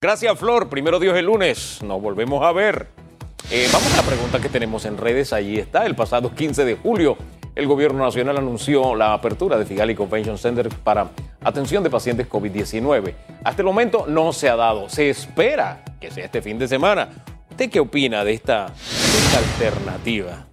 Gracias, Flor. Primero Dios el lunes. Nos volvemos a ver. Vamos a la pregunta que tenemos en redes. Allí está. El pasado 15 de julio, el gobierno nacional anunció la apertura de Figali Convention Center para atención de pacientes COVID-19. Hasta el momento no se ha dado. Se espera que sea este fin de semana. ¿Usted qué opina de esta alternativa?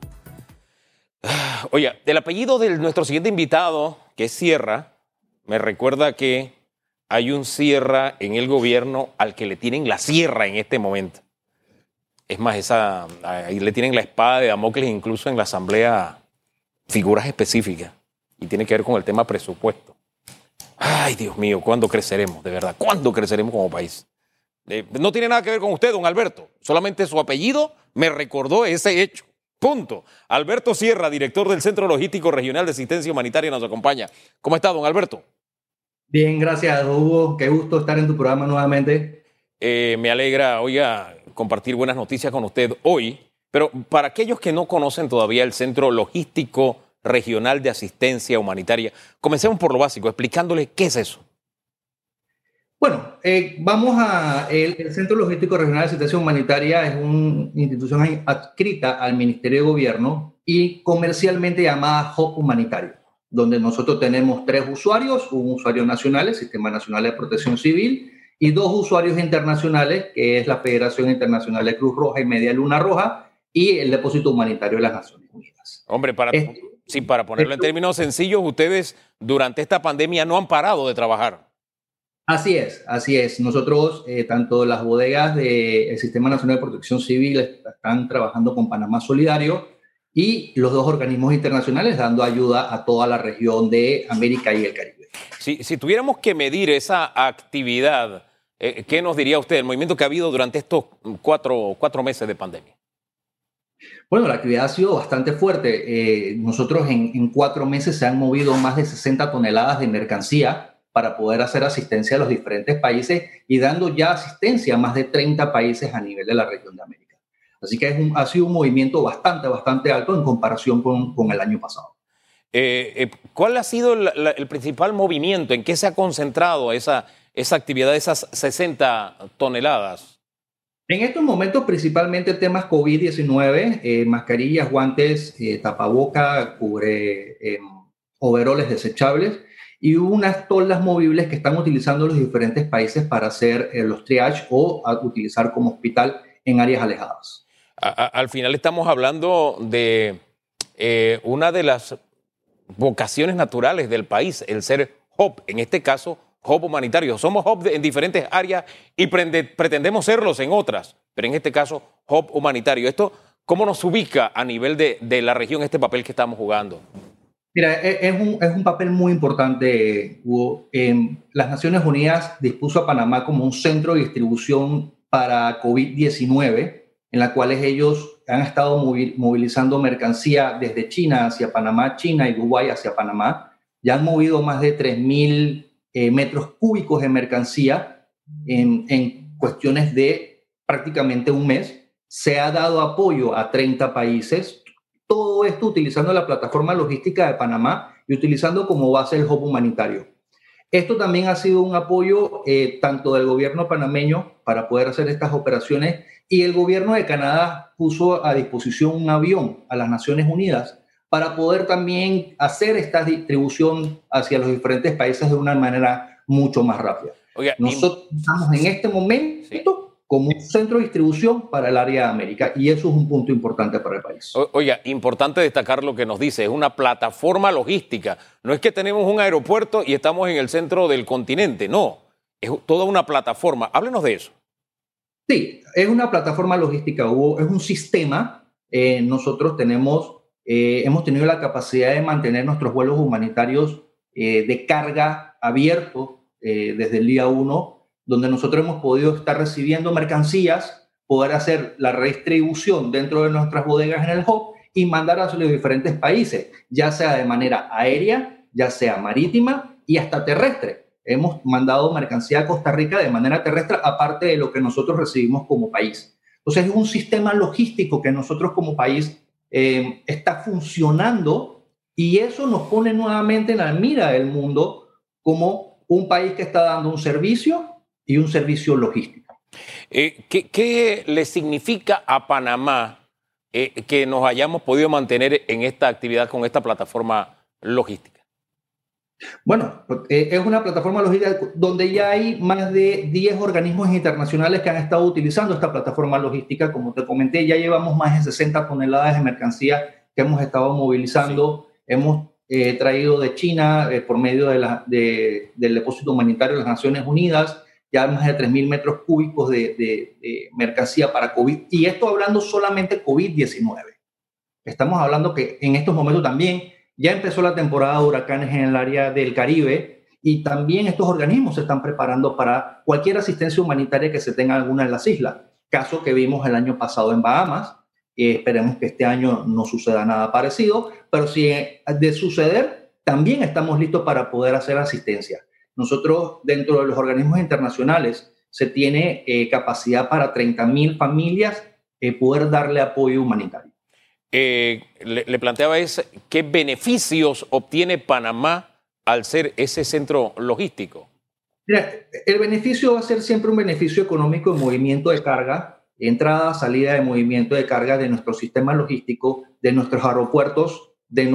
Oiga, el apellido de nuestro siguiente invitado, que es Sierra, me recuerda que hay un Sierra en el gobierno al que le tienen la sierra en este momento. Es más, ahí le tienen la espada de Damocles incluso en la asamblea, figuras específicas, y tiene que ver con el tema presupuesto. Ay, Dios mío, ¿cuándo creceremos, de verdad? ¿Cuándo creceremos como país? No tiene nada que ver con usted, don Alberto. Solamente su apellido me recordó ese hecho. Punto. Alberto Sierra, director del Centro Logístico Regional de Asistencia Humanitaria, nos acompaña. ¿Cómo está, don Alberto? Bien, gracias, Hugo. Qué gusto estar en tu programa nuevamente. Me alegra, oiga, compartir buenas noticias con usted hoy. Pero para aquellos que no conocen todavía el Centro Logístico Regional de Asistencia Humanitaria, comencemos por lo básico, explicándoles qué es eso. Bueno, el Centro Logístico Regional de Asistencia Humanitaria es una institución adscrita al Ministerio de Gobierno y comercialmente llamada Hub Humanitario, donde nosotros tenemos 3 usuarios, un usuario nacional, el Sistema Nacional de Protección Civil, y 2 usuarios internacionales, que es la Federación Internacional de Cruz Roja y Media Luna Roja, y el Depósito Humanitario de las Naciones Unidas. Hombre, para ponerlo en términos sencillos, ustedes durante esta pandemia no han parado de trabajar. Así es. Nosotros, tanto las bodegas del Sistema Nacional de Protección Civil están trabajando con Panamá Solidario y los 2 organismos internacionales dando ayuda a toda la región de América y el Caribe. Si tuviéramos que medir esa actividad, ¿qué nos diría usted, el movimiento que ha habido durante estos cuatro meses de pandemia? Bueno, la actividad ha sido bastante fuerte. Nosotros en 4 meses se han movido más de 60 toneladas de mercancía para poder hacer asistencia a los diferentes países y dando ya asistencia a más de 30 países a nivel de la región de América. Así que ha sido un movimiento bastante alto en comparación con el año pasado. ¿Cuál ha sido el principal movimiento? ¿En qué se ha concentrado esa actividad de esas 60 toneladas? En estos momentos, principalmente temas COVID-19, mascarillas, guantes, tapaboca, overoles desechables, y unas tolas movibles que están utilizando los diferentes países para hacer los triage o utilizar como hospital en áreas alejadas. Al final estamos hablando de una de las vocaciones naturales del país, el ser hub, en este caso hub humanitario. Somos hub en diferentes áreas y pretendemos serlos en otras, pero en este caso hub humanitario. ¿Esto cómo nos ubica a nivel de la región este papel que estamos jugando? Mira, es un papel muy importante, Hugo. Las Naciones Unidas dispuso a Panamá como un centro de distribución para COVID-19, en la cual ellos han estado movilizando mercancía desde China hacia Panamá, China y Dubái hacia Panamá. Ya han movido más de 3.000 metros cúbicos de mercancía en cuestiones de prácticamente un mes. Se ha dado apoyo a 30 países. Todo esto utilizando la plataforma logística de Panamá y utilizando como base el hub humanitario. Esto también ha sido un apoyo tanto del gobierno panameño para poder hacer estas operaciones, y el gobierno de Canadá puso a disposición un avión a las Naciones Unidas para poder también hacer esta distribución hacia los diferentes países de una manera mucho más rápida. Oiga, nosotros estamos en este momento como un centro de distribución para el área de América, y eso es un punto importante para el país. Oiga, importante destacar lo que nos dice, es una plataforma logística. No es que tenemos un aeropuerto y estamos en el centro del continente, no, es toda una plataforma. Háblenos de eso. Sí, es una plataforma logística, Hugo, es un sistema. Nosotros hemos tenido la capacidad de mantener nuestros vuelos humanitarios de carga abiertos desde el día 1, donde nosotros hemos podido estar recibiendo mercancías, poder hacer la redistribución dentro de nuestras bodegas en el hub y mandar a los diferentes países, ya sea de manera aérea, ya sea marítima y hasta terrestre. Hemos mandado mercancía a Costa Rica de manera terrestre, aparte de lo que nosotros recibimos como país. Entonces es un sistema logístico que nosotros como país está funcionando, y eso nos pone nuevamente en la mira del mundo como un país que está dando un servicio y un servicio logístico. ¿Qué le significa a Panamá que nos hayamos podido mantener en esta actividad con esta plataforma logística? Bueno, es una plataforma logística donde ya hay más de 10 organismos internacionales que han estado utilizando esta plataforma logística. Como te comenté, ya llevamos más de 60 toneladas de mercancía que hemos estado movilizando. Sí. Hemos traído de China por medio del depósito humanitario de las Naciones Unidas ya más de 3.000 metros cúbicos de mercancía para COVID. Y esto hablando solamente COVID-19. Estamos hablando que en estos momentos también ya empezó la temporada de huracanes en el área del Caribe y también estos organismos se están preparando para cualquier asistencia humanitaria que se tenga en alguna de las islas. Caso que vimos el año pasado en Bahamas. Esperemos que este año no suceda nada parecido, pero si de suceder, también estamos listos para poder hacer asistencia. Nosotros, dentro de los organismos internacionales, se tiene capacidad para 30.000 familias poder darle apoyo humanitario. Le planteaba ¿qué beneficios obtiene Panamá al ser ese centro logístico? Mira, el beneficio va a ser siempre un beneficio económico en movimiento de carga, entrada, salida de movimiento de carga de nuestro sistema logístico, de nuestros aeropuertos,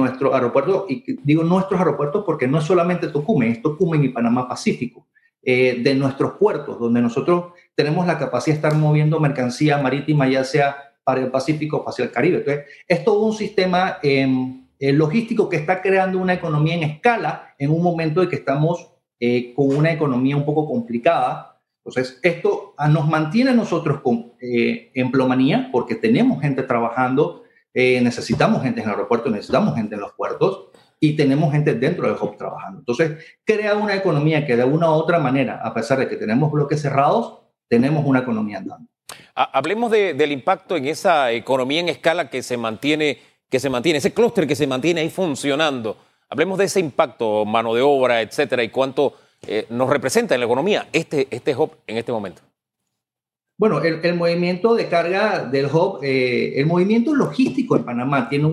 y digo nuestros aeropuertos porque no es solamente Tocumen, es Tocumen y Panamá Pacífico, de nuestros puertos, donde nosotros tenemos la capacidad de estar moviendo mercancía marítima, ya sea para el Pacífico o hacia el Caribe. Entonces, es todo un sistema logístico que está creando una economía en escala en un momento de que estamos con una economía un poco complicada. Entonces, esto nos mantiene a nosotros con empleomanía porque tenemos gente trabajando, necesitamos gente en el aeropuerto, necesitamos gente en los puertos y tenemos gente dentro del hub trabajando. Entonces, crea una economía que de una u otra manera, a pesar de que tenemos bloques cerrados, tenemos una economía andando. Hablemos del impacto en esa economía en escala que se mantiene, ese clúster que se mantiene ahí funcionando. Hablemos de ese impacto, mano de obra, etcétera, y cuánto nos representa en la economía este hub en este momento. Bueno, el movimiento de carga del hub, el movimiento logístico en Panamá tiene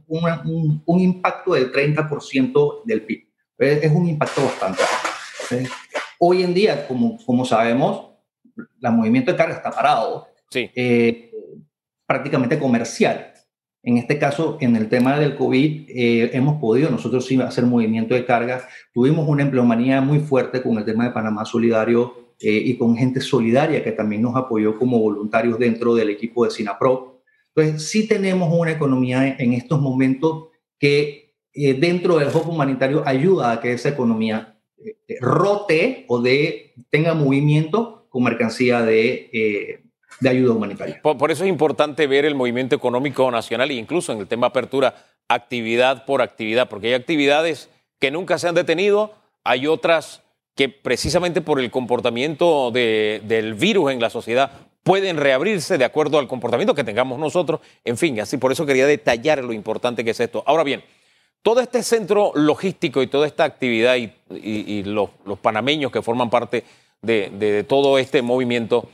un impacto del 30% del PIB. Es un impacto bastante alto. Hoy en día, como sabemos, el movimiento de carga está parado, sí. Prácticamente comercial. En este caso, en el tema del COVID, hemos podido nosotros sí hacer movimiento de carga. Tuvimos una empleomanía muy fuerte con el tema de Panamá Solidario y con gente solidaria que también nos apoyó como voluntarios dentro del equipo de SINAPRO. Entonces, sí tenemos una economía en estos momentos que dentro del hub humanitario ayuda a que esa economía rote o tenga movimiento con mercancía de ayuda humanitaria. Por eso es importante ver el movimiento económico nacional e incluso en el tema apertura, actividad por actividad, porque hay actividades que nunca se han detenido, hay otras que precisamente por el comportamiento del virus en la sociedad pueden reabrirse de acuerdo al comportamiento que tengamos nosotros. En fin, así por eso quería detallar lo importante que es esto. Ahora bien, todo este centro logístico y toda esta actividad y los panameños que forman parte de todo este movimiento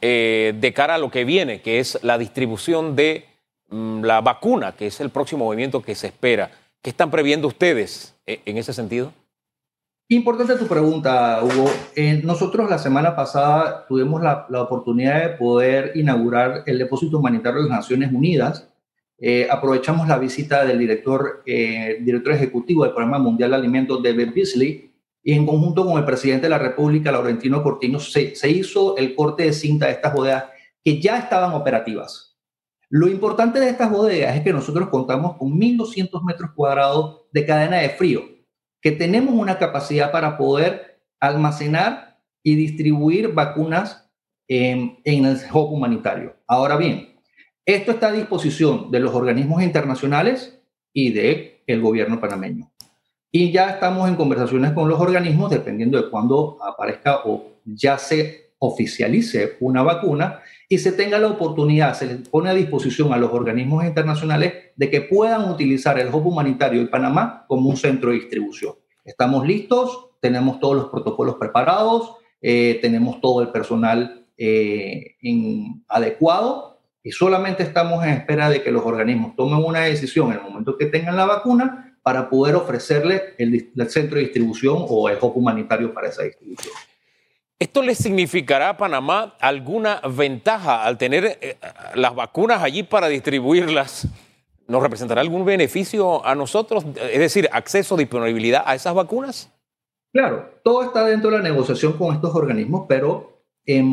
de cara a lo que viene, que es la distribución de la vacuna, que es el próximo movimiento que se espera. ¿Qué están previendo ustedes en ese sentido? Importante tu pregunta, Hugo. Nosotros la semana pasada tuvimos la oportunidad de poder inaugurar el depósito humanitario de las Naciones Unidas. Aprovechamos la visita del director ejecutivo del Programa Mundial de Alimentos, David Beasley, y en conjunto con el presidente de la República, Laurentino Cortiño, se hizo el corte de cinta de estas bodegas que ya estaban operativas. Lo importante de estas bodegas es que nosotros contamos con 1.200 metros cuadrados de cadena de frío, que tenemos una capacidad para poder almacenar y distribuir vacunas en el hub humanitario. Ahora bien, esto está a disposición de los organismos internacionales y del gobierno panameño. Y ya estamos en conversaciones con los organismos, dependiendo de cuándo aparezca o ya se oficialice una vacuna y se tenga la oportunidad, se les pone a disposición a los organismos internacionales de que puedan utilizar el hub humanitario de Panamá como un centro de distribución. Estamos listos, tenemos todos los protocolos preparados, tenemos todo el personal adecuado y solamente estamos en espera de que los organismos tomen una decisión en el momento que tengan la vacuna para poder ofrecerle el centro de distribución o el hub humanitario para esa distribución. ¿Esto le significará a Panamá alguna ventaja al tener las vacunas allí para distribuirlas? ¿Nos representará algún beneficio a nosotros? Es decir, acceso, disponibilidad a esas vacunas. Claro, todo está dentro de la negociación con estos organismos, pero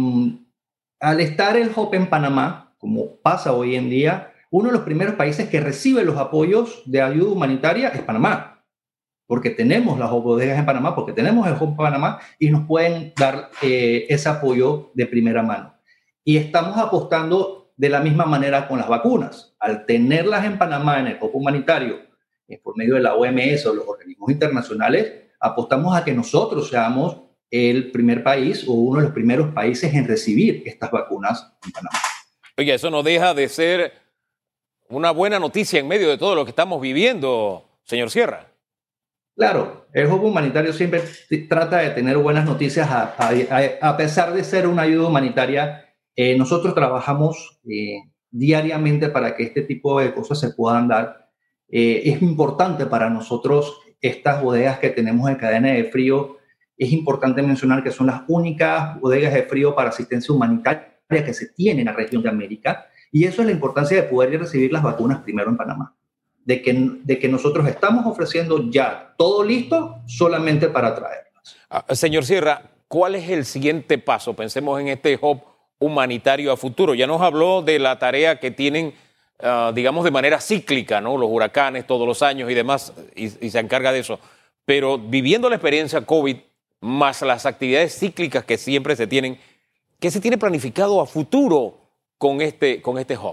al estar el hub en Panamá, como pasa hoy en día, uno de los primeros países que recibe los apoyos de ayuda humanitaria es Panamá, porque tenemos las bodegas en Panamá, porque tenemos el hub en Panamá y nos pueden dar ese apoyo de primera mano. Y estamos apostando de la misma manera con las vacunas. Al tenerlas en Panamá, en el hub humanitario, por medio de la OMS o los organismos internacionales, apostamos a que nosotros seamos el primer país o uno de los primeros países en recibir estas vacunas en Panamá. Oye, eso no deja de ser una buena noticia en medio de todo lo que estamos viviendo, señor Sierra. Claro, el hub humanitario siempre trata de tener buenas noticias a pesar de ser una ayuda humanitaria. Nosotros trabajamos diariamente para que este tipo de cosas se puedan dar. Es importante para nosotros estas bodegas que tenemos en cadena de frío. Es importante mencionar que son las únicas bodegas de frío para asistencia humanitaria que se tienen en la región de América. Y eso es la importancia de poder recibir las vacunas primero en Panamá. De que nosotros estamos ofreciendo ya todo listo solamente para traerlas. Señor Sierra, ¿cuál es el siguiente paso? Pensemos en este hub humanitario a futuro. Ya nos habló de la tarea que tienen, digamos, de manera cíclica, ¿no? Los huracanes todos los años y demás, y se encarga de eso. Pero viviendo la experiencia COVID, más las actividades cíclicas que siempre se tienen, ¿qué se tiene planificado a futuro con este hub?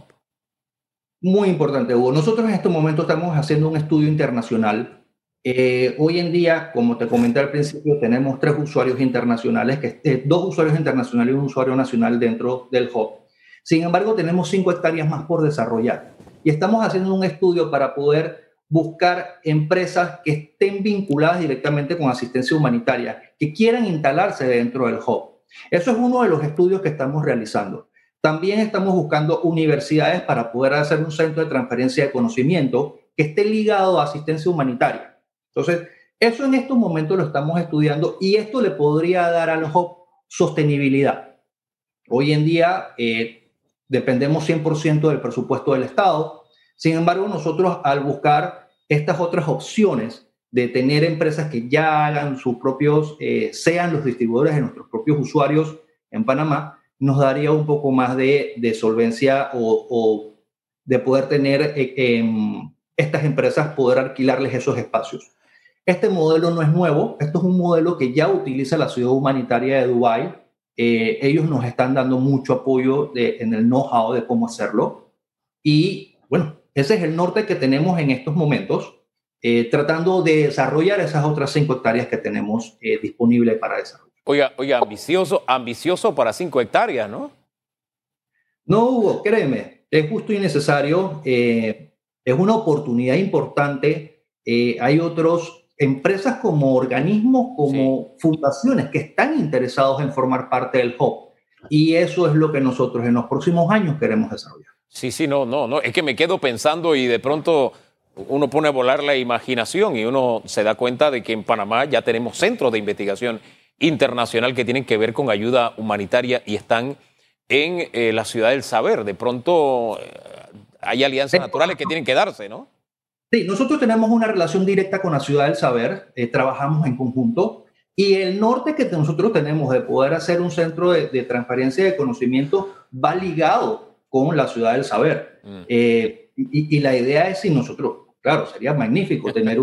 Muy importante, Hugo. Nosotros en este momento estamos haciendo un estudio internacional. Hoy en día, como te comenté al principio, tenemos 3 usuarios internacionales, 2 usuarios internacionales y un usuario nacional dentro del hub. Sin embargo, tenemos 5 hectáreas más por desarrollar. Y estamos haciendo un estudio para poder buscar empresas que estén vinculadas directamente con asistencia humanitaria, que quieran instalarse dentro del hub. Eso es uno de los estudios que estamos realizando. También estamos buscando universidades para poder hacer un centro de transferencia de conocimiento que esté ligado a asistencia humanitaria. Entonces, eso en estos momentos lo estamos estudiando y esto le podría dar al hub sostenibilidad. Hoy en día dependemos 100% del presupuesto del Estado. Sin embargo, nosotros al buscar estas otras opciones de tener empresas que ya hagan sus propios, sean los distribuidores de nuestros propios usuarios en Panamá, nos daría un poco más de solvencia o de poder tener estas empresas, poder alquilarles esos espacios. Este modelo no es nuevo, esto es un modelo que ya utiliza la ciudad humanitaria de Dubái. Ellos nos están dando mucho apoyo en el know-how de cómo hacerlo. Y bueno, ese es el norte que tenemos en estos momentos, tratando de desarrollar esas otras 5 hectáreas que tenemos disponibles para desarrollar. Oiga, ambicioso para 5 hectáreas, ¿no? No, Hugo, créeme, es justo y necesario. Es una oportunidad importante. Hay otras empresas como organismos, como fundaciones que están interesados en formar parte del hub. Y eso es lo que nosotros en los próximos años queremos desarrollar. Sí, no. Es que me quedo pensando y de pronto uno pone a volar la imaginación y uno se da cuenta de que en Panamá ya tenemos centros de investigación internacional que tienen que ver con ayuda humanitaria y están en la Ciudad del Saber. De pronto hay alianzas naturales que tienen que darse, ¿no? Sí, nosotros tenemos una relación directa con la Ciudad del Saber, trabajamos en conjunto y el norte que nosotros tenemos de poder hacer un centro de transferencia de conocimiento va ligado con la Ciudad del Saber. Y la idea es si nosotros, claro, sería magnífico tener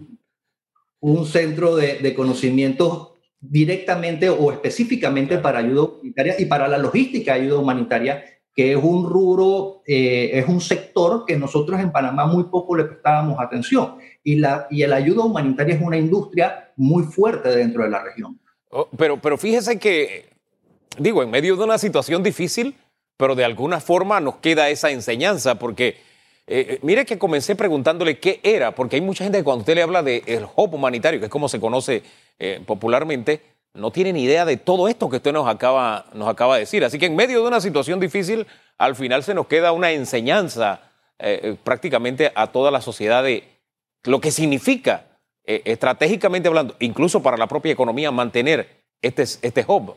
un centro de conocimientos directamente o específicamente para ayuda humanitaria y para la logística de ayuda humanitaria, que es un rubro, es un sector que nosotros en Panamá muy poco le prestábamos atención. Y la ayuda humanitaria es una industria muy fuerte dentro de la región. Pero fíjese que, en medio de una situación difícil, pero de alguna forma nos queda esa enseñanza, porque mire que comencé preguntándole qué era, porque hay mucha gente que cuando usted le habla del hub humanitario, que es como se conoce popularmente, no tiene ni idea de todo esto que usted nos acaba de decir. Así que en medio de una situación difícil, al final se nos queda una enseñanza prácticamente a toda la sociedad de lo que significa, estratégicamente hablando, incluso para la propia economía, mantener este hub.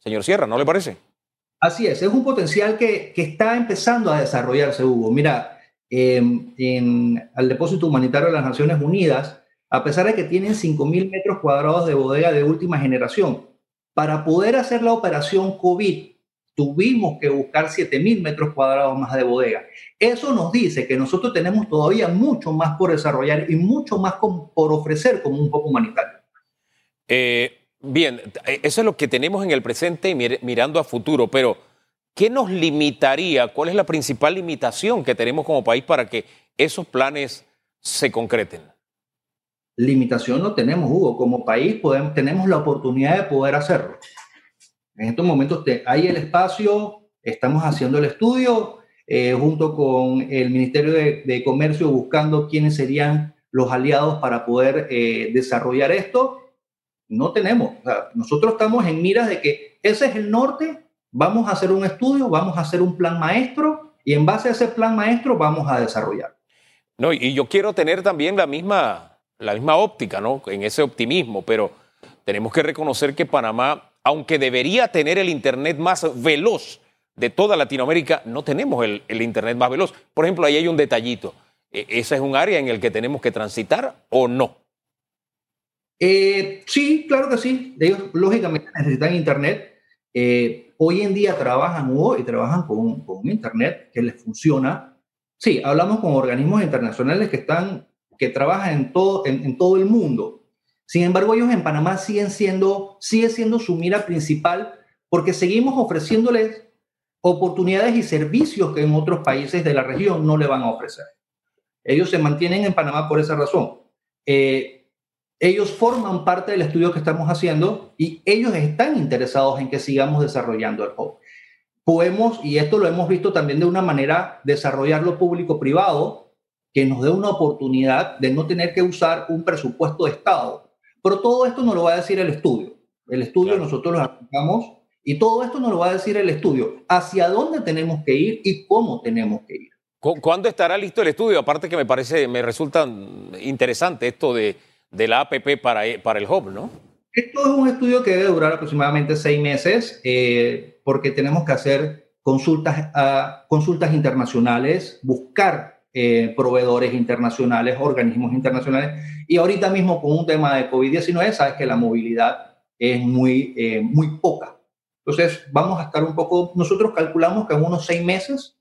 señor Sierra, ¿no le parece? Así es un potencial que está empezando a desarrollarse, Hugo. Mira, al Depósito Humanitario de las Naciones Unidas, a pesar de que tienen 5.000 metros cuadrados de bodega de última generación, para poder hacer la operación COVID, tuvimos que buscar 7.000 metros cuadrados más de bodega. Eso nos dice que nosotros tenemos todavía mucho más por desarrollar y mucho más por ofrecer como un hub humanitario. Bien, eso es lo que tenemos en el presente y mirando a futuro, pero ¿qué nos limitaría? ¿Cuál es la principal limitación que tenemos como país para que esos planes se concreten? Limitación no tenemos, Hugo. Como país tenemos la oportunidad de poder hacerlo. En estos momentos hay el espacio, estamos haciendo el estudio junto con el Ministerio de Comercio buscando quiénes serían los aliados para poder desarrollar esto. No tenemos. O sea, nosotros estamos en miras de que ese es el norte, vamos a hacer un estudio, vamos a hacer un plan maestro y en base a ese plan maestro vamos a desarrollar. No, y yo quiero tener también la misma óptica, ¿no? En ese optimismo, pero tenemos que reconocer que Panamá, aunque debería tener el Internet más veloz de toda Latinoamérica, no tenemos el Internet más veloz. Por ejemplo, ahí hay un detallito. ¿Esa es un área en el que tenemos que transitar o no? Sí, claro que sí. Ellos lógicamente necesitan Internet. Hoy en día trabajan con un Internet que les funciona. Sí, hablamos con organismos internacionales que trabajan en todo el mundo. Sin embargo, ellos en Panamá sigue siendo su mira principal porque seguimos ofreciéndoles oportunidades y servicios que en otros países de la región no le van a ofrecer. Ellos se mantienen en Panamá por esa razón. Ellos forman parte del estudio que estamos haciendo y ellos están interesados en que sigamos desarrollando el hub. Podemos, y esto lo hemos visto también de una manera, desarrollarlo público-privado, que nos dé una oportunidad de no tener que usar un presupuesto de Estado. Pero todo esto nos lo va a decir el estudio. El estudio claro. Nosotros lo aplicamos y todo esto nos lo va a decir el estudio. Hacia dónde tenemos que ir y cómo tenemos que ir. ¿Cuándo estará listo el estudio? Aparte que me resulta interesante esto de la APP para el hub, ¿no? Esto es un estudio que debe durar aproximadamente 6 meses porque tenemos que hacer consultas internacionales, buscar proveedores internacionales, organismos internacionales. Y ahorita mismo con un tema de COVID-19, sabes que la movilidad es muy poca. Entonces, vamos a estar nosotros calculamos que en unos 6 meses,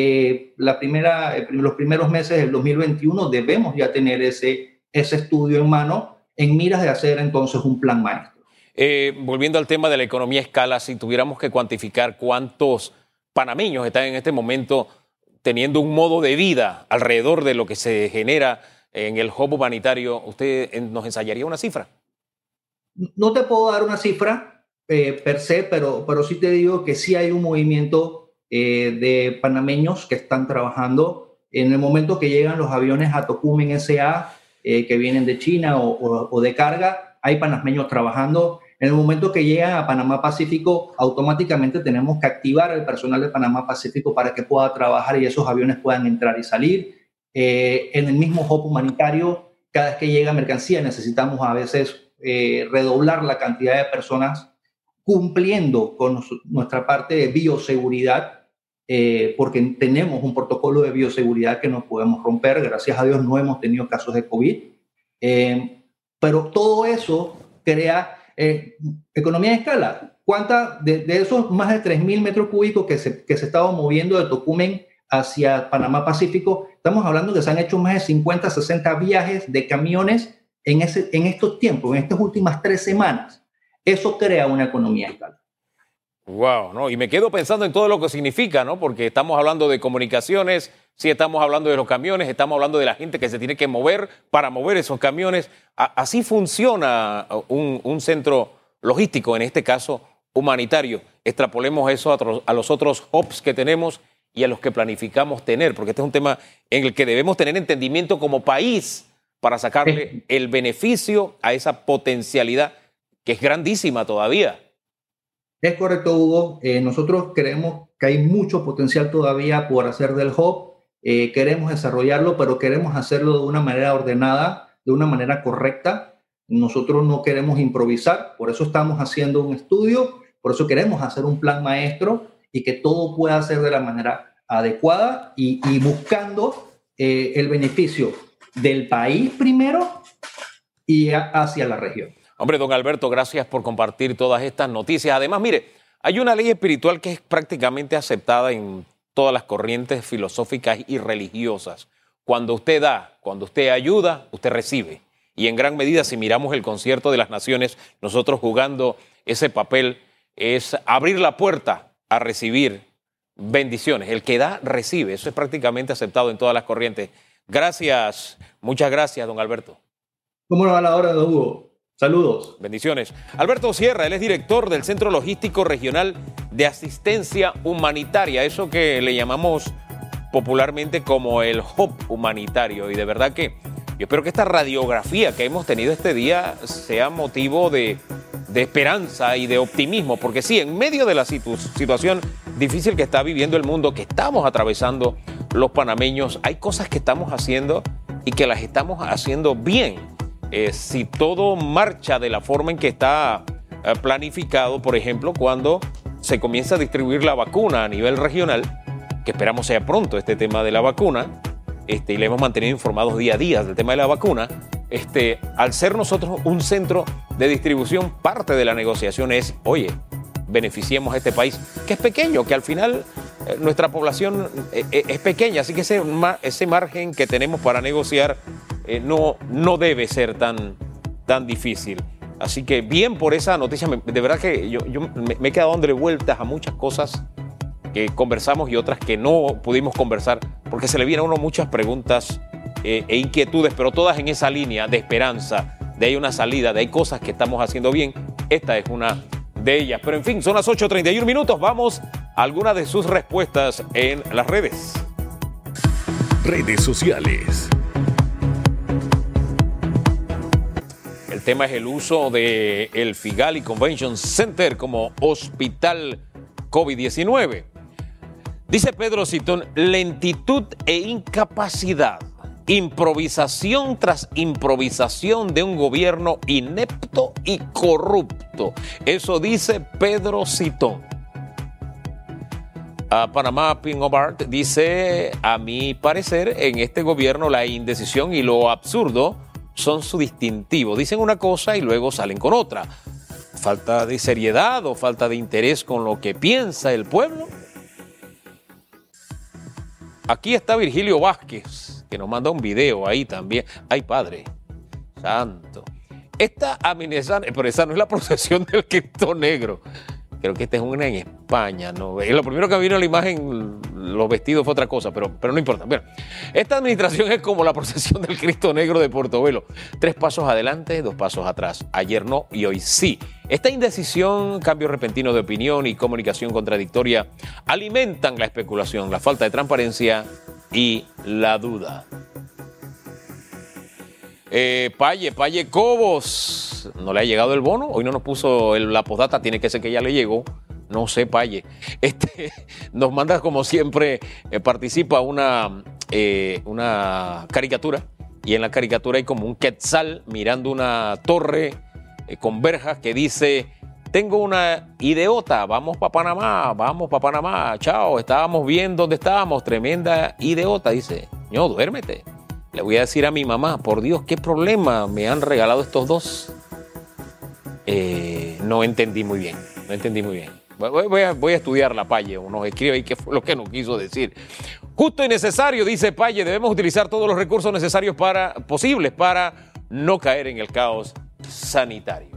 los primeros meses del 2021, debemos ya tener ese estudio en mano en miras de hacer entonces un plan maestro. Volviendo al tema de la economía a escala, si tuviéramos que cuantificar cuántos panameños están en este momento teniendo un modo de vida alrededor de lo que se genera en el hub humanitario, ¿usted nos ensayaría una cifra? No te puedo dar una cifra per se, pero sí te digo que sí hay un movimiento de panameños que están trabajando. En el momento que llegan los aviones a Tocumen S.A., que vienen de China o de carga, hay panameños trabajando. En el momento que llegan a Panamá Pacífico, automáticamente tenemos que activar al personal de Panamá Pacífico para que pueda trabajar y esos aviones puedan entrar y salir. En el mismo hub humanitario, cada vez que llega mercancía, necesitamos a veces redoblar la cantidad de personas cumpliendo con nuestra parte de bioseguridad, porque tenemos un protocolo de bioseguridad que no podemos romper. Gracias a Dios no hemos tenido casos de COVID, pero todo eso crea economía de escala. ¿Cuánta de esos más de 3.000 metros cúbicos que se estaban moviendo de Tocumen hacia Panamá Pacífico? Estamos hablando que se han hecho más de 50, 60 viajes de camiones en estos tiempos, en estas últimas 3 semanas. Eso crea una economía de escala. Wow, ¿no? Y me quedo pensando en todo lo que significa, ¿no? Porque estamos hablando de comunicaciones, sí estamos hablando de los camiones, estamos hablando de la gente que se tiene que mover para mover esos camiones. Así funciona un centro logístico, en este caso humanitario. Extrapolemos eso a los otros hubs que tenemos y a los que planificamos tener, porque este es un tema en el que debemos tener entendimiento como país para sacarle el beneficio a esa potencialidad que es grandísima todavía. Es correcto, Hugo. Nosotros creemos que hay mucho potencial todavía por hacer del hub. Queremos desarrollarlo, pero queremos hacerlo de una manera ordenada, de una manera correcta. Nosotros no queremos improvisar, por eso estamos haciendo un estudio Por eso queremos hacer un plan maestro y que todo pueda ser de la manera adecuada y buscando el beneficio del país primero y hacia la región. Hombre, don Alberto, gracias por compartir todas estas noticias. Además, mire, hay una ley espiritual que es prácticamente aceptada en todas las corrientes filosóficas y religiosas. Cuando usted da, cuando usted ayuda, usted recibe. Y en gran medida, si miramos el Concierto de las Naciones, nosotros jugando ese papel es abrir la puerta a recibir bendiciones. El que da, recibe. Eso es prácticamente aceptado en todas las corrientes. Gracias, muchas gracias, don Alberto. ¿Cómo nos va la hora, don Hugo? Saludos. Bendiciones. Alberto Sierra, él es director del Centro Logístico Regional de Asistencia Humanitaria, eso que le llamamos popularmente como el hub humanitario. Y de verdad que yo espero que esta radiografía que hemos tenido este día sea motivo de esperanza y de optimismo, porque sí, en medio de la situación difícil que está viviendo el mundo, que estamos atravesando los panameños, hay cosas que estamos haciendo y que las estamos haciendo bien. Si todo marcha de la forma en que está planificado, por ejemplo, cuando se comienza a distribuir la vacuna a nivel regional, que esperamos sea pronto este tema de la vacuna, y le hemos mantenido informados día a día del tema de la vacuna, al ser nosotros un centro de distribución, parte de la negociación es, oye, beneficiemos a este país, que es pequeño, que al final nuestra población es pequeña, así que ese margen que tenemos para negociar no debe ser tan difícil. Así que bien por esa noticia. De verdad que yo me he quedado dándole vueltas a muchas cosas que conversamos y otras que no pudimos conversar, porque se le vienen a uno muchas preguntas e inquietudes, pero todas en esa línea de esperanza, de hay una salida, de hay cosas que estamos haciendo bien. Esta es una de ellas. Pero en fin, son las 8:31 minutos. Vamos a algunas de sus respuestas en las redes. Redes sociales. El tema es el uso del Figali Convention Center como hospital COVID-19. Dice Pedro Citón, lentitud e incapacidad, improvisación tras improvisación de un gobierno inepto y corrupto. Eso dice Pedro Citón. Panamá Pin of Art dice, a mi parecer, en este gobierno la indecisión y lo absurdo son su distintivo. Dicen una cosa y luego salen con otra. Falta de seriedad o falta de interés con lo que piensa el pueblo. Aquí está Virgilio Vázquez, que nos manda un video ahí también. Ay, Padre Santo. Esta amenaza, pero esa no es la procesión del Cristo Negro. Creo que esta es una en España, ¿no? Lo primero que me vino a la imagen, los vestidos fue otra cosa, pero no importa. Bueno, esta administración es como la procesión del Cristo Negro de Portobelo. 3 pasos adelante, 2 pasos atrás. Ayer no y hoy sí. Esta indecisión, cambio repentino de opinión y comunicación contradictoria alimentan la especulación, la falta de transparencia y la duda. Paye Cobos, ¿no le ha llegado el bono? Hoy no nos puso la postdata, tiene que ser que ya le llegó. No sé, Paye. Nos manda, como siempre, participa una caricatura, y en la caricatura hay como un quetzal mirando una torre con verjas que dice, tengo una ideota, vamos para Panamá, chao, estábamos bien donde estábamos, tremenda ideota, dice, no, duérmete. Le voy a decir a mi mamá, por Dios, ¿qué problema me han regalado estos dos? No entendí muy bien. Voy a estudiar la Paye, o nos escribe ahí qué fue lo que nos quiso decir. Justo y necesario, dice Paye, debemos utilizar todos los recursos necesarios posibles para no caer en el caos sanitario.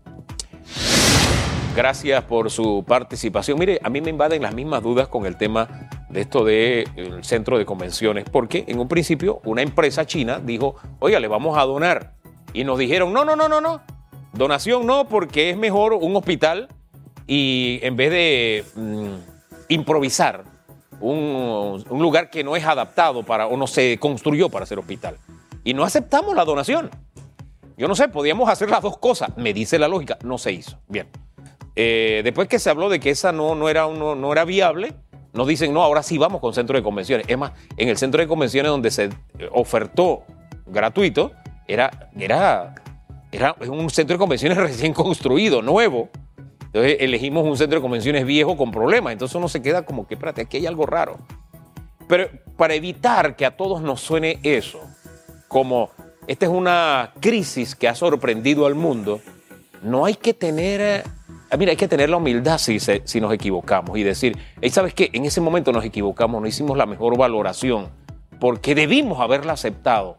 Gracias por su participación. Mire, a mí me invaden las mismas dudas con el tema de esto del centro de convenciones, porque en un principio una empresa china dijo, oiga, le vamos a donar. Y nos dijeron, no, donación no, porque es mejor un hospital y en vez de improvisar un lugar que no es adaptado o no se construyó para ser hospital. Y no aceptamos la donación. Yo no sé, podíamos hacer las dos cosas, me dice la lógica, no se hizo. Bien. Después que se habló de que esa no era viable, nos dicen, no, ahora sí vamos con centro de convenciones. Es más, en el centro de convenciones donde se ofertó gratuito, era un centro de convenciones recién construido, nuevo, Entonces elegimos un centro de convenciones viejo con problemas. Entonces uno se queda como que, espérate, aquí hay algo raro. Pero para evitar que a todos nos suene eso, como esta es una crisis que ha sorprendido al mundo, no hay que tener... Mira, hay que tener la humildad si nos equivocamos y decir, ¿sabes qué? En ese momento nos equivocamos, no hicimos la mejor valoración porque debimos haberla aceptado.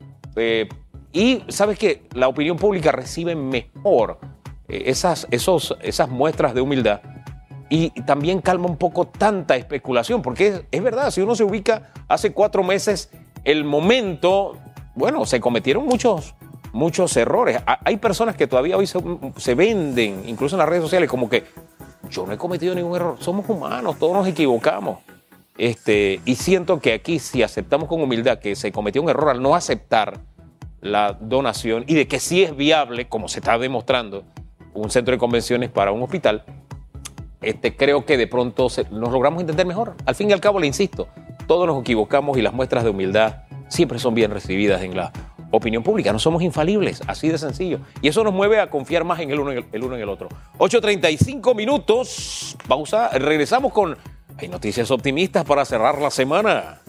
Y ¿sabes qué? La opinión pública recibe mejor esas muestras de humildad y también calma un poco tanta especulación, porque es verdad, si uno se ubica hace 4 meses, el momento, bueno, se cometieron muchos errores. Hay personas que todavía hoy se venden, incluso en las redes sociales, como que yo no he cometido ningún error. Somos humanos, todos nos equivocamos. Y siento que aquí, si aceptamos con humildad que se cometió un error al no aceptar la donación y de que sí es viable, como se está demostrando, un centro de convenciones para un hospital, creo que de pronto nos logramos entender mejor. Al fin y al cabo, le insisto, todos nos equivocamos y las muestras de humildad siempre son bien recibidas en la opinión pública. No somos infalibles, así de sencillo. Y eso nos mueve a confiar más en el uno en el otro. 8:35 minutos. Pausa. Regresamos con... Hay noticias optimistas para cerrar la semana.